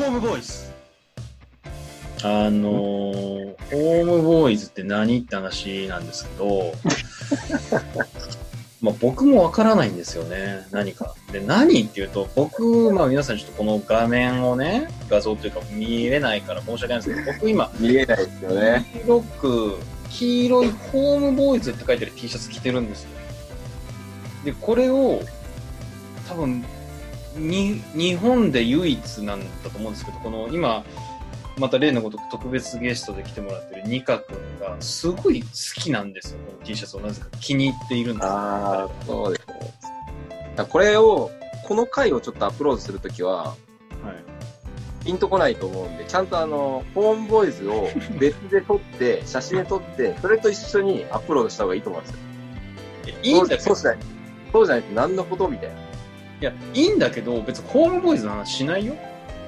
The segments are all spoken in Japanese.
ームボーイズ。ホームボーイズって何って話なんですけど、まあ僕もわからないんですよね。何か。で、何っていうと、僕、まあ皆さんちょっとこの画面をね、画像というか見れないから申し訳ないんですけど、僕今、 見えないですよね。 黄色いホームボーイズって書いてる T シャツ着てるんですよ。で、これを、多分、日本で唯一なんだと思うんですけど、この今、また例のごとく特別ゲストで来てもらってるニカ君がすごい好きなんですよ。この T シャツをなぜか気に入っているんですよ。 ああ、そうですね。これを、この回をちょっとアップロードするときは、 はい。 ピンとこないと思うんで、ちゃんとホームボーイズを別で撮って、写真で撮って、それと一緒にアップロードした方がいいと思うんですよ。 いいんだけど。 そうじゃないと何のことみたいな。 いや、いいんだけど、別にホームボーイズの話しないよ。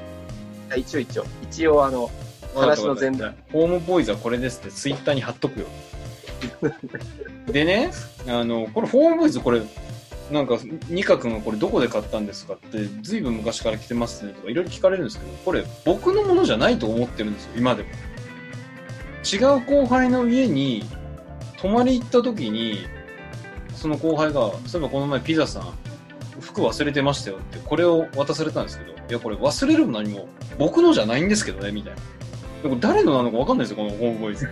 一応話の前段。 ホームボーイズはこれですってツイッターに貼っとくよ。でね、これホームボーイズこれ、なんか、ニカ君がこれどこで買ったんですかって、ずいぶん昔から来てますねとかいろいろ聞かれるんですけど、これ僕のものじゃないと思ってるんですよ、今でも。違う後輩の家に泊まり行った時に、その後輩が、そういえばこの前ピザさん、服忘れてましたよって、これを渡されたんですけど、いや、これ忘れるも何も、僕のじゃないんですけどね、みたいな。でも誰のなのか分かんないですよ、このホームボーイズ。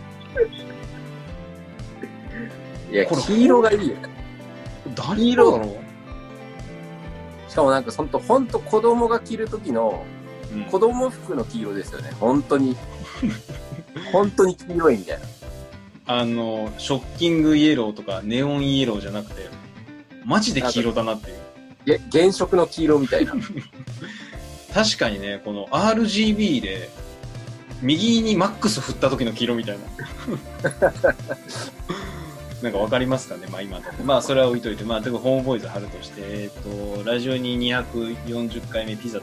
いや、黄色がいいよ。 誰色だろう。しかもなんかほんと子供が着る時の、子供服の黄色ですよね。本当に。本当に黄色いみたいな。 ショッキングイエローとかネオンイエローじゃなくて、マジで黄色だなっていう。 原色の黄色みたいな。 確かにね、この RGB で、右にマックス振った時の黄色みたいな。なんかわかりますかね、まあ今だと。まあそれは置いといて、まあ、ホームボーイズ貼るとして、ラジオに240回目ピザです。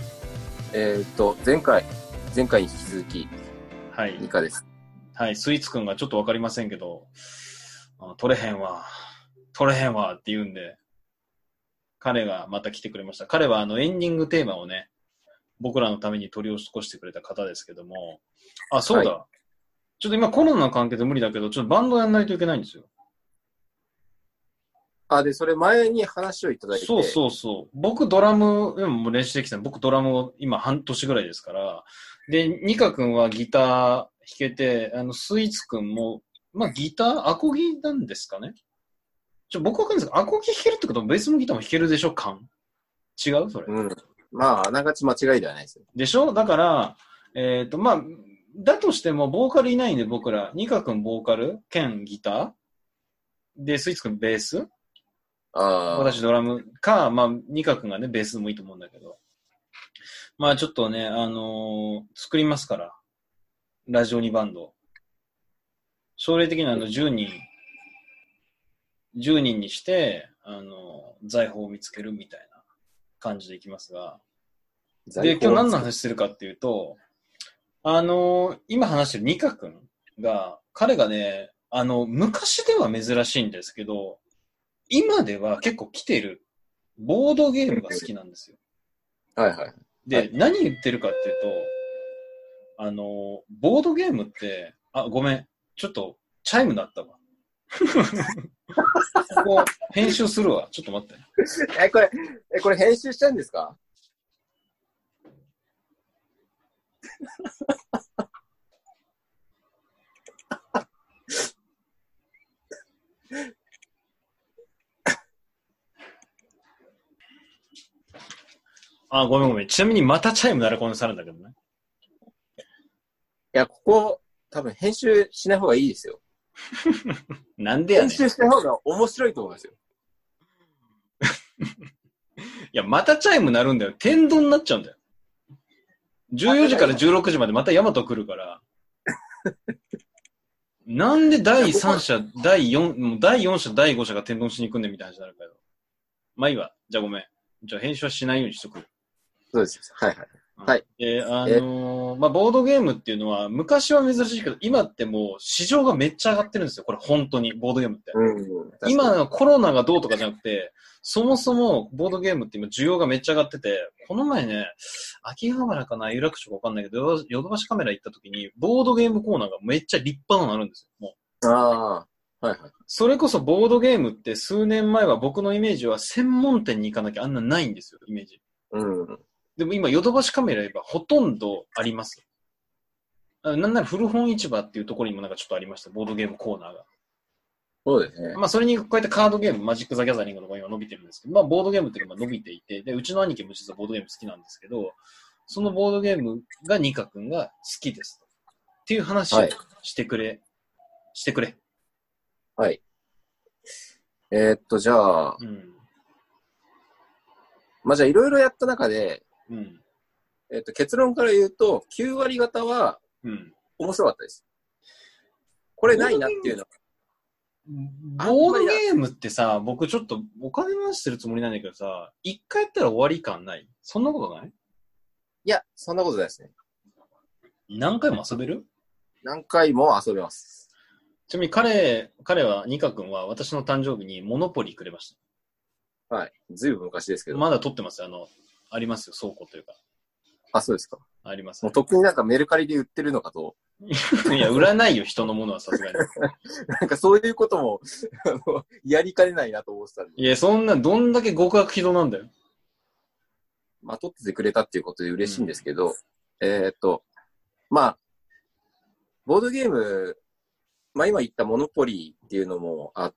前回に引き続き、 はい。 ニカです。 はい、スイーツくんがちょっとわかりませんけど、取れへんわって言うんで、彼がまた来てくれました。彼はエンディングテーマをね、僕らのために取り起こしてくれた方ですけども、あ、そうだ。はい、ちょっと今コロナの関係で無理だけど、ちょっとバンドやんないといけないんですよ。 で、それ前に話をいただいて。 そう。僕ドラム、今も練習できたの。僕ドラムを今半年ぐらいですから。で、ニカ君はギター弾けて、スイーツ君も、まあギター、アコギなんですかね。僕わかんないですけど、アコギ弾けるってことはベースのギターも弾けるでしょ、違うそれ。 うん。まあ、あながち間違いではないですよ。 でしょだから、まあ、だとしても、ボーカルいないんで、僕ら。ニカ君ボーカル兼ギターで、スイーツ君ベース私ドラムか、まあ、ニカ君がね、ベースでもいいと思うんだけど。まあ、ちょっとね、作りますから。ラジオにバンド。将来的に10人にして、財宝を見つけるみたいな感じでいきますが。で、今日何の話するかっていうと、今話してるニカ君が、彼がね、昔では珍しいんですけど、今では結構来てるボードゲームが好きなんですよ。 はいはい。 で、はい、何言ってるかっていうと、ボードゲームって、ごめん、ちょっとチャイムだったわ。ここ編集するわ。ちょっと待って。 これ編集しちゃうんですか？ ごめん。ちなみにまたチャイム鳴る可能性あるんだけどね。 いや、ここ、多分編集しない方がいいですよ。 なんでやねん。 編集しない方が面白いと思いますよ。 いや、またチャイム鳴るんだよ。天丼になっちゃうんだよ。14時から16時までまたヤマト来るから。なんで第3者、第4者、第5者が天丼しに行くんねんみたいな話になるけど。まあいいわ。じゃあごめん。じゃあ編集はしないようにしとく。 そうです。はいはい。 はい。 まあ、ボードゲームっていうのは、昔は珍しいけど、今ってもう市場がめっちゃ上がってるんですよ。これ本当に、ボードゲームって。今のコロナがどうとかじゃなくて、そもそもボードゲームって今需要がめっちゃ上がってて、この前ね、秋葉原かな、有楽町かわかんないけど、ヨドバシカメラ行った時に、ボードゲームコーナーがめっちゃ立派なのあるんですよ。もう。 ああ、はいはい。 それこそボードゲームって数年前は僕のイメージは専門店に行かなきゃあんなないんですよ、イメージ。 うん。 でも今、ヨドバシカメラ言えばほとんどあります。なんなら古本市場っていうところにもなんかちょっとありました、ボードゲームコーナーが。 そうですね。 まあそれにこうやってカードゲーム、マジック・ザ・ギャザリングの方が今伸びてるんですけど、まあボードゲームって今伸びていて、で、うちの兄貴も実はボードゲーム好きなんですけど、そのボードゲームがニカ君が好きですと。っていう話をしてくれ。はい、してくれ。 はい。じゃあ、うん、まあ、じゃあいろいろやった中で、うん、結論から言うと、9割方は、面白かったです。これないなっていうのは。 ボードゲームってさ、僕ちょっとお金回してるつもりなんだけどさ、一回やったら終わり感ない？そんなことない？ いや、そんなことないですね。 何回も遊べる？ 何回も遊べます。 ちなみに彼は、ニカ君は私の誕生日にモノポリーくれました。 はい。ずいぶん昔ですけど。 まだ撮ってますよ。ありますよ、倉庫というか。 あ、そうですか。 あります、 ね。もう特になんかメルカリで売ってるのかと。 いや、売らないよ、人のものはさすがに。 なんかそういうこともやりかねないなと思ってたんで。 いや、そんな、どんだけ極悪非道なんだよ。 まあ、撮っててくれたっていうことで嬉しいんですけど、まあ、ボードゲーム、まあ今言ったモノポリーっていうのもあって、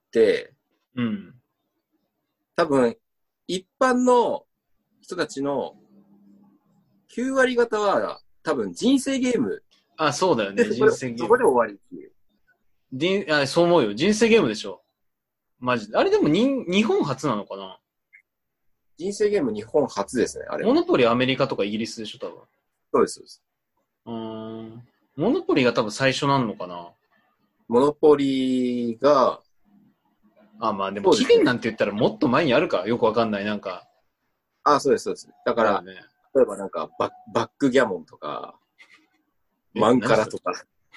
うん。多分、一般の人たちの9割方は多分人生ゲーム。 あ、そうだよね、人生ゲーム。 そこで終わりっていう。そう思うよ。人生ゲームでしょ。マジで。あれでも日本初なのかな？ 人生ゲーム日本初ですね、あれ。 モノポリアメリカとかイギリスでしょ、多分。 そうです、そうです。 モノポリが多分最初なのかな？ モノポリが、 まあでも期限なんて言ったらもっと前にあるか、よくわかんない、なんか。 そうです、そうです。だから、ね、例えばなんかバックギャモンとか、マンカラとか。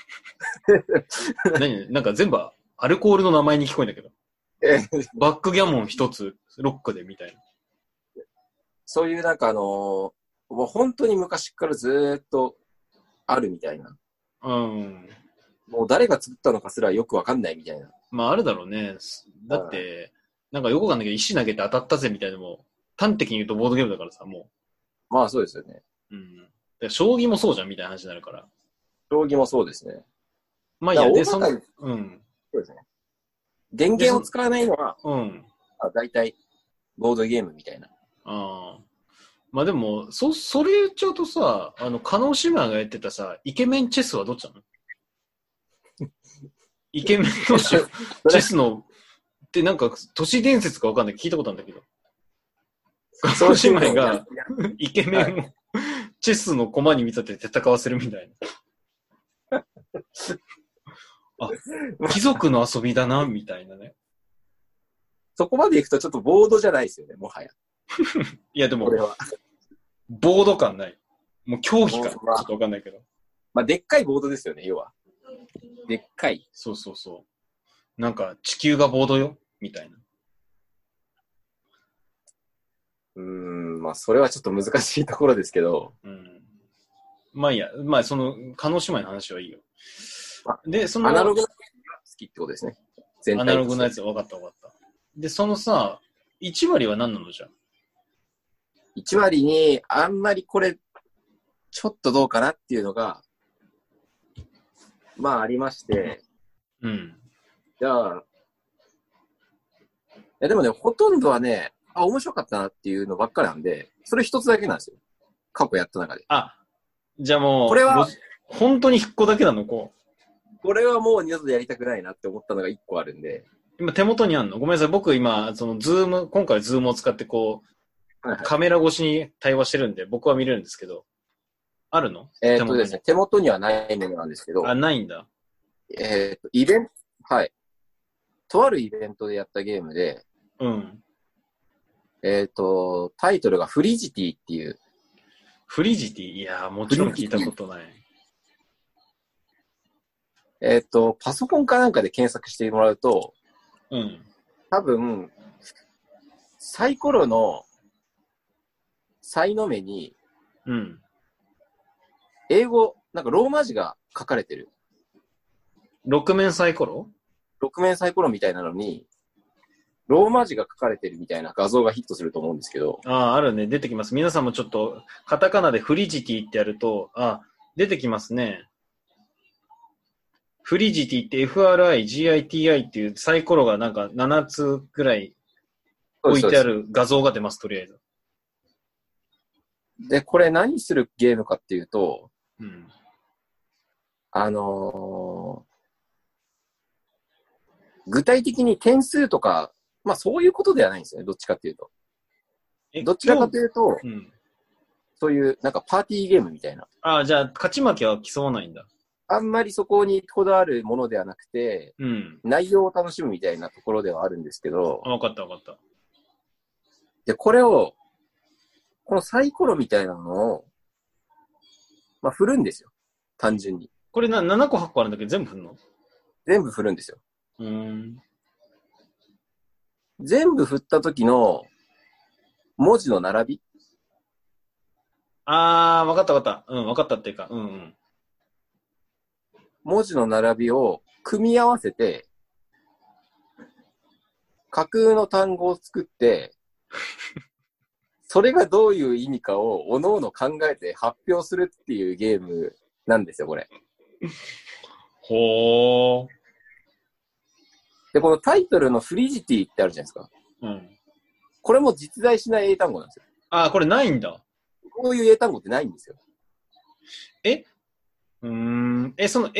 なんか全部アルコールの名前に聞こえんだけど。バックギャモン一つ、ロックでみたいな。 そういうなんかもう本当に昔からずーっとあるみたいな。うん。もう誰が作ったのかすらよくわかんないみたいな。 まああるだろうね。だって、なんかよくわかんないけど石投げて当たったぜみたいなのも、端的に言うとボードゲームだからさ、もう。まあそうですよね。 うん。で将棋もそうじゃんみたいな話になるから。 将棋もそうですね。 まあいいや、で、うん。 そうですね。電源を使わないのは、うん。大体、ボードゲームみたいな。 ああ。まあでも、それ言っちゃうとさ、加納姉妹がやってたさ、イケメンチェスはどっちなの？イケメンのチェスの、ってなんか、都市伝説かわかんない。聞いたことあるんだけど。加納姉妹が、イケメンを、チェスの駒に見立てて戦わせるみたいな。貴族の遊びだな、みたいなね。 そこまで行くとちょっとボードじゃないですよね、もはや。 いや、でも、ボード感ない。もう競技か、ちょっとわかんないけど。 まあ、でっかいボードですよね、要は。でっかい。 そうそうそう。なんか、地球がボードよ、みたいな。 まあ、それはちょっと難しいところですけど。 まあいいや、まあ、その、加納姉妹の話はいいよ。で、その、 アナログのゲームが好きってことですね。 アナログのやつ、分かった分かった。で、そのさ、1割は何なのじゃん。 1割に、あんまりこれ、ちょっとどうかなっていうのが、まあありまして。うん。じゃあ、いやでもね、ほとんどはね、面白かったなっていうのばっかりなんで、それ一つだけなんですよ。過去やった中で。 じゃあもう、 これは、 本当に1個だけなの？ これはもう二度とやりたくないなって思ったのが1個あるんで。 今手元にあるの？ごめんなさい。僕今、そのズーム、今回ズームを使ってこう、はいはい、カメラ越しに対話してるんで、僕は見れるんですけど。あるの？ ですね、手元にはないものなんですけど。 ないんだ。 イベント、はい。とあるイベントでやったゲームで、うん。タイトルがフリジティっていう。 フリジティ、いやー、もちろん聞いたことない。 パソコンかなんかで検索してもらうと、 うん。 多分、サイコロの、サイの目に、 うん。 英語、なんかローマ字が書かれてる。 六面サイコロ？ 六面サイコロみたいなのに、ローマ字が書かれてるみたいな画像がヒットすると思うんですけど。 ああ、あるね。出てきます。皆さんもちょっと、カタカナでフリジティってやると、出てきますね。フリジティって FRIGITI っていうサイコロがなんか7つぐらい置いてある画像が出ます、とりあえず。 で、これ何するゲームかっていうと、 うん。 具体的に点数とか、まあそういうことではないんですよね、どっちかっていうと。どちらかというと、 うん。 そういうなんかパーティーゲームみたいな。 じゃあ、勝ち負けは競わないんだ。 あんまりそこにこだわるものではなくて、 うん。 内容を楽しむみたいなところではあるんですけど、 わかったわかった。 で、これを、このサイコロみたいなのを、まあ振るんですよ。単純に。 これ7個8個あるんだけど全部振んの？ 全部振るんですよ。 ん。 全部振った時の文字の並び。 わかったわかった。うん、わかったっていうか、うんうん。 文字の並びを組み合わせて、架空の単語を作って、それがどういう意味かを各々考えて発表するっていうゲームなんですよ、これ。 ほー。 で、このタイトルのフリジティってあるじゃないですか。 うん。 これも実在しない英単語なんですよ。 これないんだ。 こういう英単語ってないんですよ。 その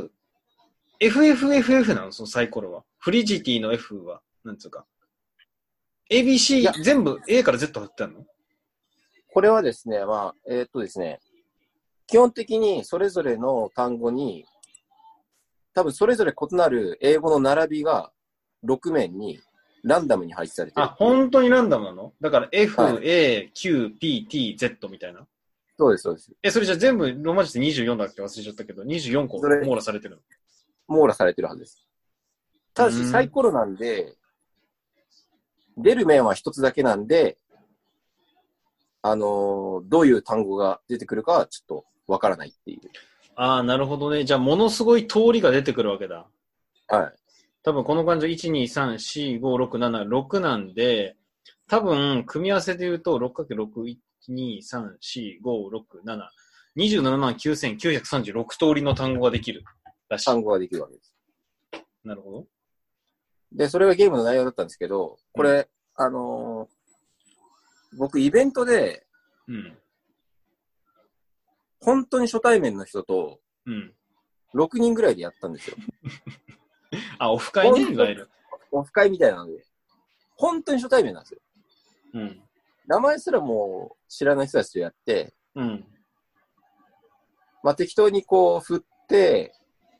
FFFF なの？そのサイコロは。フリジティの F は、なんつうか。ABC 全部 A から Z 振ってあるの？ これはですね、まあ、ですね、基本的にそれぞれの単語に、多分それぞれ異なる英語の並びが6面にランダムに配置されてる。 本当にランダムなの？だから F、 はい、 A、Q、P、T、Z みたいな。 そうです、そうです。 それじゃ全部ローマ字で24だっけ忘れちゃったけど、24個網羅されてるの？ 網羅されてるはずです。ただし、サイコロなんで、出る面は一つだけなんで、どういう単語が出てくるかはちょっとわからないっていう。 なるほどね。じゃあ、ものすごい通りが出てくるわけだ。 はい。 多分この感じ1、2、3、4、5、6、7、6なんで、多分、組み合わせで言うと、6×6、1、2、3、4、5、6、7、27万9936通りの単語ができるらしい。 単語ができるわけです。 なるほど。 で、それがゲームの内容だったんですけど、これ、僕イベントで、本当に初対面の人と、6人ぐらいでやったんですよ。 オフ会ね、いわゆる。 オフ会みたいなので、本当に初対面なんですよ。名前すらもう知らない人たちとやって、まあ適当にこう振って、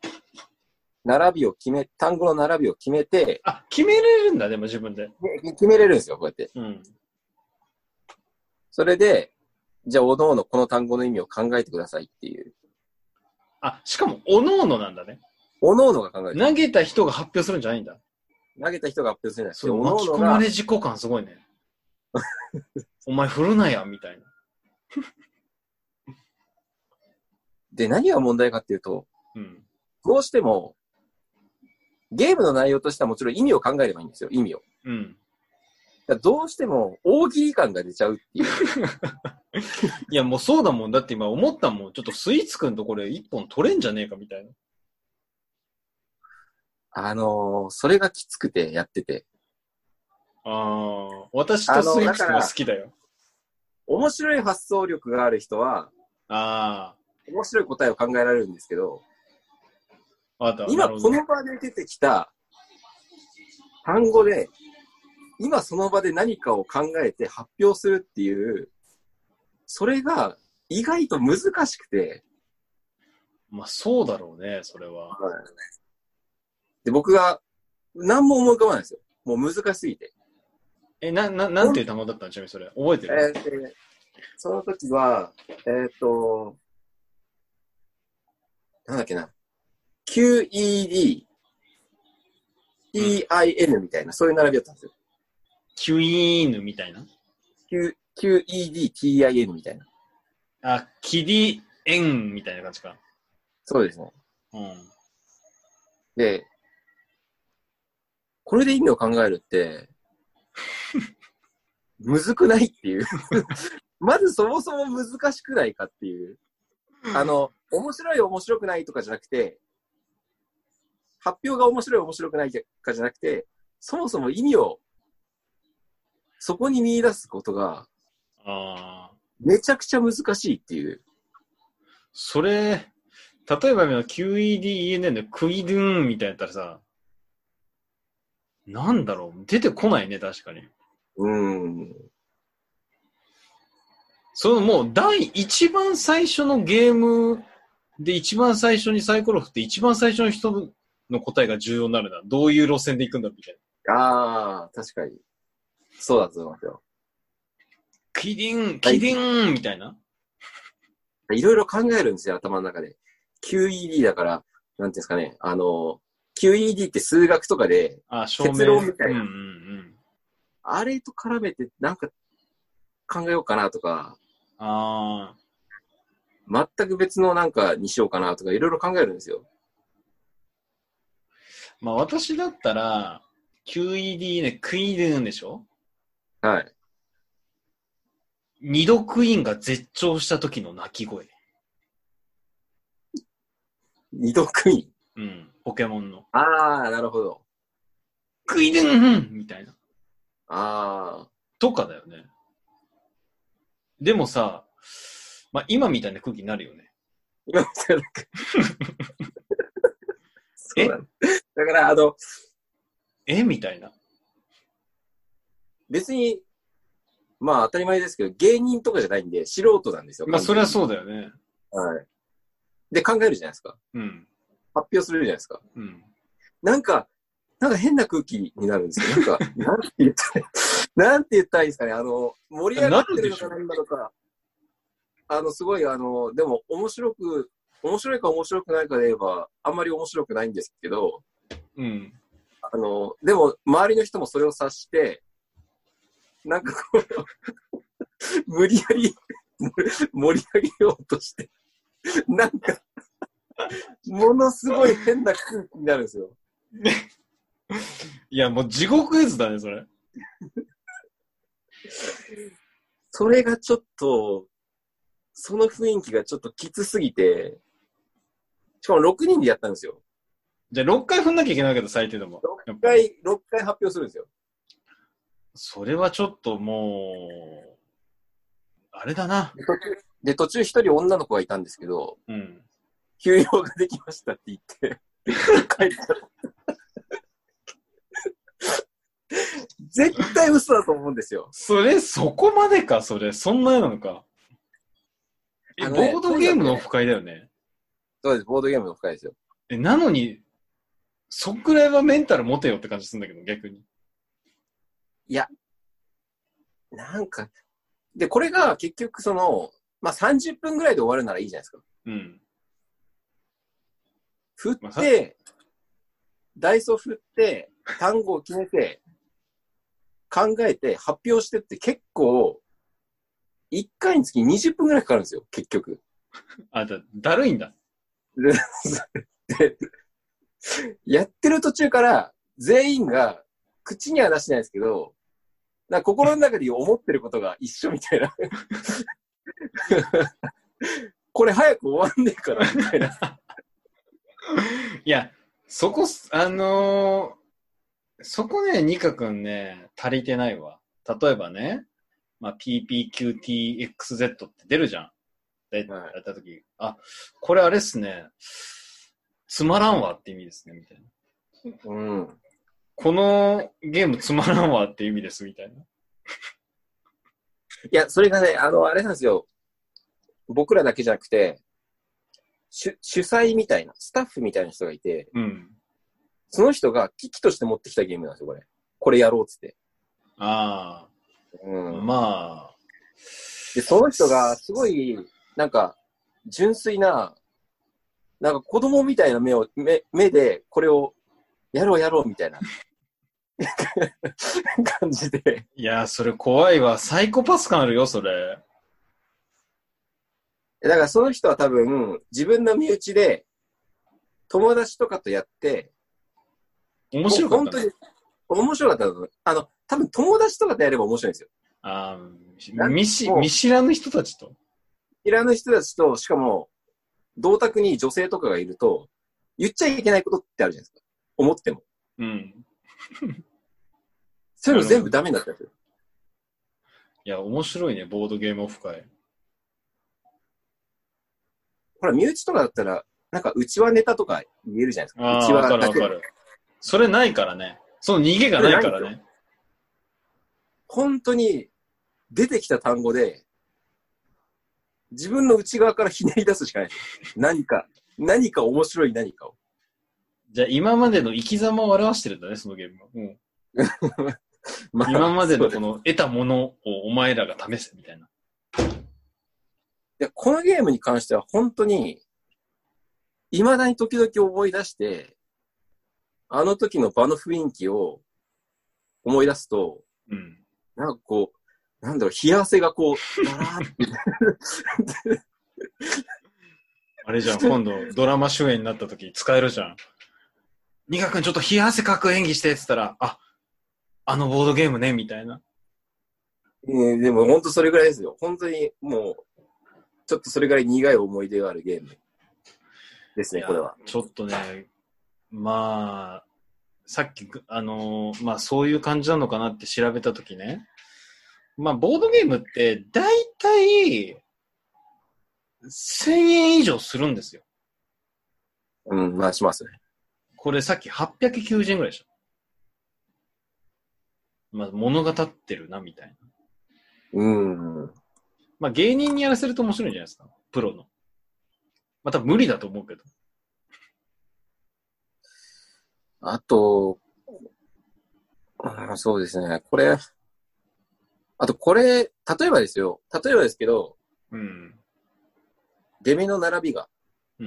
単語の並びを決めて。 決めれるんだ、でも自分で。 決めれるんですよ、こうやって。それで、じゃあ、おのおのこの単語の意味を考えてくださいっていう。 しかも、おのおのなんだね。 おのおのが考えて投げた人が発表するんじゃないんだ。 投げた人が発表するんじゃなくて、巻き込まれ事故感すごいね。お前振るなや、みたいな。 で、何が問題かっていうと、どうしても、ゲームの内容としてはもちろん意味を考えればいいんですよ、意味を。どうしても大喜利感が出ちゃうっていう。 いや、もうそうだもん。だって今思ったもん。ちょっとスイーツくんとこれ一本取れんじゃねえかみたいな。 それがきつくてやってて。 私とスイーツくんは好きだよ。 面白い発想力がある人は、面白い答えを考えられるんですけど、今この場で出てきた単語で、今その場で何かを考えて発表するっていう、それが意外と難しくて。 まあそうだろうね、それは。 で、僕が何も思い浮かばないんですよ。もう難しすぎて。 なんていう単語だったの？ちなみにそれ。覚えてる？ その時は、なんだっけな。QED、TIN みたいな、そういう並びだったんですよ。 キュイーヌみたいな。 QED、TIN みたいな。 あ、キディエンみたいな感じか。 そうですね。 うん。 で、これで意味を考えるって、むずくないっていう。まずそもそも難しくないかっていう。面白い面白くないとかじゃなくて、発表が面白い面白くないかじゃなくて、そもそも意味をそこに見出すことが、めちゃくちゃ難しいっていう。 それ、例えばQEDENN でクイドゥーンみたいなやったらさ、なんだろう、出てこないね、確かに。そのもう第一番最初のゲームで一番最初にサイコロ振って一番最初の人の答えが重要になるな。どういう路線で行くんだみたいな。ああ、確かに。そうだと思いますよ。 キディンみたいな。 いろいろ考えるんですよ、頭の中で。QED だから、なんていうんですかね、QED って数学とかで、結論みたいな。あれと絡めて、なんか考えようかなとか、全く別のなんかにしようかなとか、いろいろ考えるんですよ。 まあ私だったら、QED ね、クイーンでしょ？ はい。 二度クイーンが絶頂した時の鳴き声。 二度クイーン？うん、ポケモンの。 ああ、なるほど。 クイドゥンみたいな。 ああ。 とかだよね。でもさ、まあ今みたいな空気になるよね。 今みたいな空気。そうだね。だからみたいな。 別に、まあ当たり前ですけど、芸人とかじゃないんで、素人なんですよ。 まあそりゃそうだよね。 はい。で、考えるじゃないですか。 うん。 発表するじゃないですか。 うん。 なんか変な空気になるんですよ。なんて言ったらいいんですかね。盛り上がってるのかなんだろうか。すごい、でも面白いか面白くないかで言えば、あんまり面白くないんですけど、 うん。 でも、周りの人もそれを察して、なんかこう、無理やり盛り上げようとして、なんか、ものすごい変な空気になるんですよ。 いや、もう地獄絵図だね、それ。 それがちょっと、その雰囲気がちょっときつすぎて、しかも6人でやったんですよ。 じゃあ6回踏んなきゃいけないけど、最低でも。 6回発表するんですよ。 それはちょっともう、あれだな。 途中一人女の子がいたんですけど、 うん。 休養ができましたって言って、帰った。絶対嘘だと思うんですよ。 そこまでか、そんな絵なのか。ボードゲームのオフ会だよね。 そうです、ボードゲームのオフ会ですよ。 なのに、そっくらいはメンタル持てよって感じするんだけど、逆に。 いや、なんか、で、これが結局まあ、30分ぐらいで終わるならいいじゃないですか。 うん。 振って、ダイソー振って、単語を決めて、考えて、発表してって結構、1回につき20分ぐらいかかるんですよ、結局。 だるいんだ。 で、やってる途中から、全員が、口には出してないですけど、心の中で思ってることが一緒みたいな。これ早く終わんねえから、みたいな。 いや、そこね、ニカ君ね、足りてないわ。例えばね、まあ、PPQTXZ って出るじゃん。やったとき、これあれっすね。つまらんわって意味ですね、みたいな。 うん。 このゲームつまらんわって意味です、みたいな。 いや、それがね、あれなんですよ。僕らだけじゃなくて、主催みたいな、スタッフみたいな人がいて、 うん。 その人が機器として持ってきたゲームなんですよ、これやろうっつって。 ああ。 うん。 まあ、 で、その人がすごい、なんか、純粋な、なんか子供みたいな目で、これをやろうやろうみたいな感じで。 いや、それ怖いわ。サイコパス感あるよ、それ。 だからその人は多分、自分の身内で、友達とかとやって、 面白かったの。 もう本当に面白かったの。多分友達とかとやれば面白いんですよ。 あなん見知らぬ人たちと。 いらぬ人たちと、しかも、同卓に女性とかがいると、言っちゃいけないことってあるじゃないですか。思っても。 うん。 そういうの全部ダメになっちゃう。 いや、面白いね、ボードゲームオフ会。 ほら、身内とかだったら、なんか、うちわネタとか言えるじゃないですか。 ああ、 うちわわかるだけ。 わかる。それないからね。その逃げがないからね。 本当に、出てきた単語で、自分の内側からひねり出すしかない。何か面白い何かを。 じゃあ今までの生き様を表してるんだね、そのゲームは。うんまあ今までのこそうの得たものをお前らが試せみたいな。 でこのゲームに関しては本当に、未だに時々思い出して、あの時の場の雰囲気を思い出すと、 うん。 なんかこう、なんだろう、冷や汗がこう、だらーって。 あれじゃん、今度ドラマ主演になった時使えるじゃん。ニカ君ちょっと冷や汗かく演技してって言ったら、あのボードゲームね、みたいな。 でも本当それぐらいですよ。本当にもう、ちょっとそれぐらい苦い思い出があるゲームですね、これは。 ちょっとね、まあ、さっき、まあそういう感じなのかなって調べたときね。まあボードゲームってだいたい1000円以上するんですよ。 うん、まあしますね。 これさっき890円ぐらいでした。まあ物語ってるな、みたいな。 うん。 まあ芸人にやらせると面白いんじゃないですか。プロの。まあ多分無理だと思うけど。 あと、そうですね。これ、例えばですけど、 うん。 出目の並びがうん。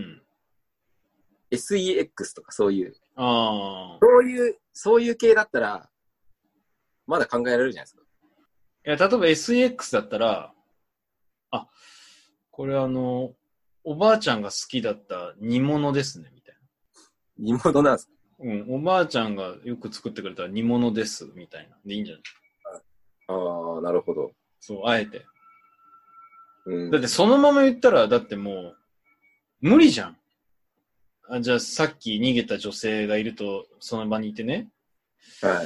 SEX とかそういう、 ああ。 そういう系だったら、まだ考えられるじゃないですか。 いや、例えば SEX だったら、これおばあちゃんが好きだった煮物ですね、みたい煮物なんですか。 な。うん、おばあちゃんがよく作ってくれた煮物です、みたいな。でいいんじゃない？ ああ、なるほど。 そう、あえて。 うん、 だってそのまま言ったら、だってもう、無理じゃん。じゃあさっき逃げた女性がいると、その場にいてね。 はい。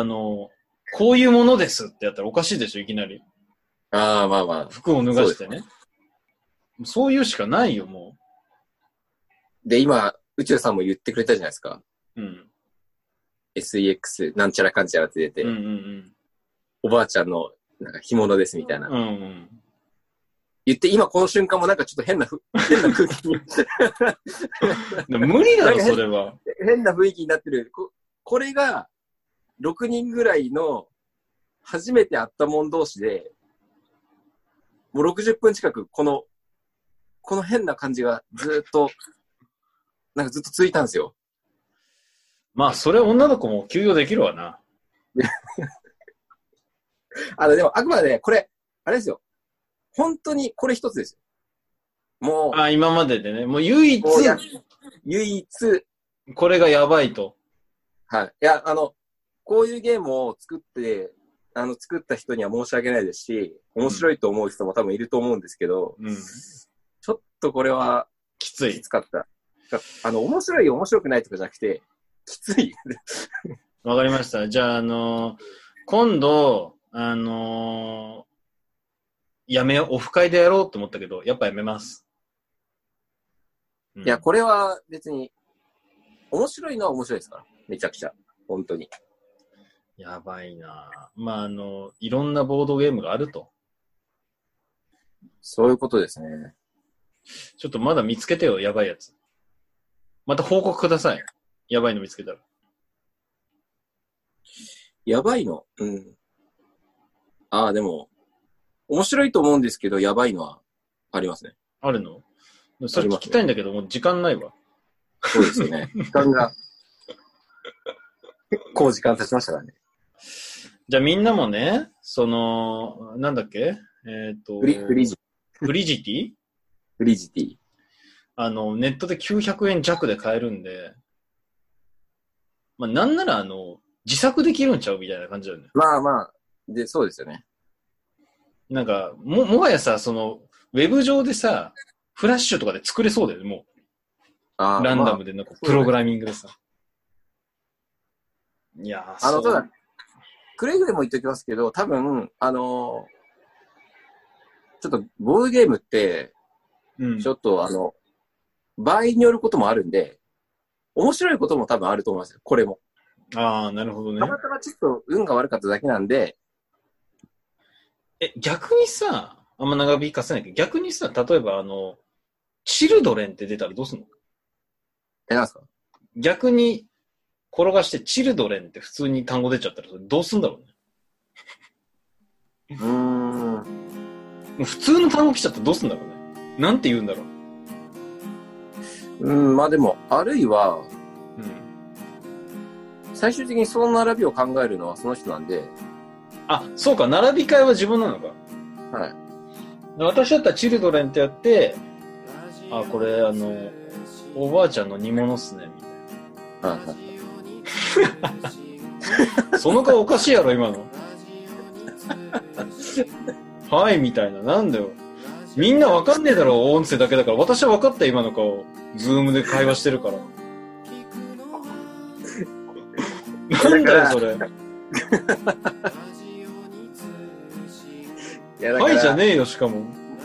こういうものですってやったらおかしいでしょ、いきなり。 ああ、まあまあ。 服を脱がしてね。そういうしかないよ、もで、今、宇宙さんも言ってくれたじゃないですか。 う。うん。 SEX、なんちゃらかんちゃらって出て、 うんうんおばあちゃんの、なんか、干物ですみたいな。 うん。うんうん。 言って、今この瞬間もなんかちょっと変な空気に。 でも無理だろ、それは。 変な雰囲気になってる。これが、6人ぐらいの、初めて会った者同士で、もう60分近く、この変な感じがずっと、なんかずっと続いたんですよ。 まあ、それ女の子も休養できるわな。 でも、あくまで、これ、あれですよ。本当にこれ一つですよ。もう、 今まででね、もう唯一、 唯一、 これがやばいと。 はい。いや、こういうゲームを作った人には申し訳ないですし、面白いと思う人も多分いると思うんですけど、 うん。 ちょっとこれは、 きつい。 きつかった。面白くないとかじゃなくて、きつい。 わかりました。じゃあ、今度、オフ会でやろうと思ったけど、やっぱやめます。 いや、これは別に、面白いのは面白いですから。めちゃくちゃ。本当に。 やばいな。まあ、いろんなボードゲームがあると。 そういうことですね。 ちょっとまだ見つけてよ、やばいやつ。また報告ください。やばいの見つけたら。 やばいの。うん。でも、 面白いと思うんですけど、やばいのはありますね。 あるの？それ聞きたいんだけど、もう時間ないわ。 そうですよね。時間が、結構時間経ちましたからね。 じゃあみんなもね、なんだっけフリジフリジティフリジティ。 ネットで900円弱で買えるんで、まあ、なんなら自作できるんちゃうみたいな感じだよね。 まあまあ、で、そうですよね。 なんか、もはやさ、ウェブ上でさ、フラッシュとかで作れそうだよね、もう。ランダムで、なんか、プログラミングでさ。いやー、 ただ、くれぐれも言っときますけど、多分、ちょっと、ボードゲームって、ちょっと場合によることもあるんで、面白いことも多分あると思いますよ、これも。 ああ、なるほどね。 たまたまちょっと運が悪かっただけなんで。 逆にさ、あんま長引かせないけど、逆にさ、例えばチルドレンって出たらどうすんの？ なんすか？ 逆に転がしてチルドレンって普通に単語出ちゃったらどうすんだろうね。もう普通の単語来ちゃったらどうすんだろうね。なんて言うんだろう。 まあでも、あるいは、最終的にその並びを考えるのはその人なんで。 あ、そうか、並び替えは自分なのか。 はい。 私だったらチルドレンってやって、あ、これおばあちゃんの煮物っすね、みたいな。 はいはい。 その顔おかしいやろ、今の。はい、みたいな。なんだよ。みんなわかんねえだろ、音声だけだから。私はわかった、今の顔。ズームで会話してるから。なんだよ、それ。はいじゃねえよ、しかも。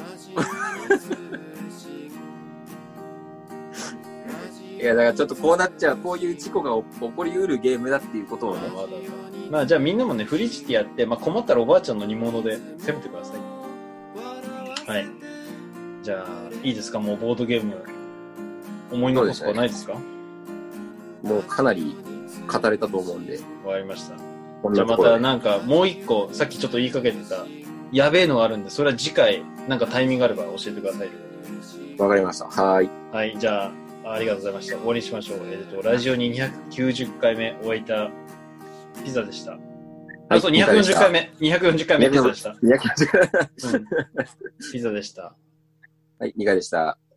いや、だからちょっとこうなっちゃう、こういう事故が起こりうるゲームだっていうことをね。 まあじゃあみんなもね、フリチティやって、まあ困ったらおばあちゃんの煮物で攻めてください。はい。じゃあ、いいですか？もうボードゲーム、思い残すことはないですか？ もうかなり語れたと思うんで。 わかりました。じゃあまたなんかもう一個、さっきちょっと言いかけてた、やべえのがあるんで、それは次回、なんかタイミングがあれば教えてください。 わかりました。はい。 はい、じゃあ、ありがとうございました。終わりにしましょう。ラジオに290回目終えたピザでした。はい、そう、240回目。240回目ピザでした。 240回目。 ピザでした。 はい、2回でした。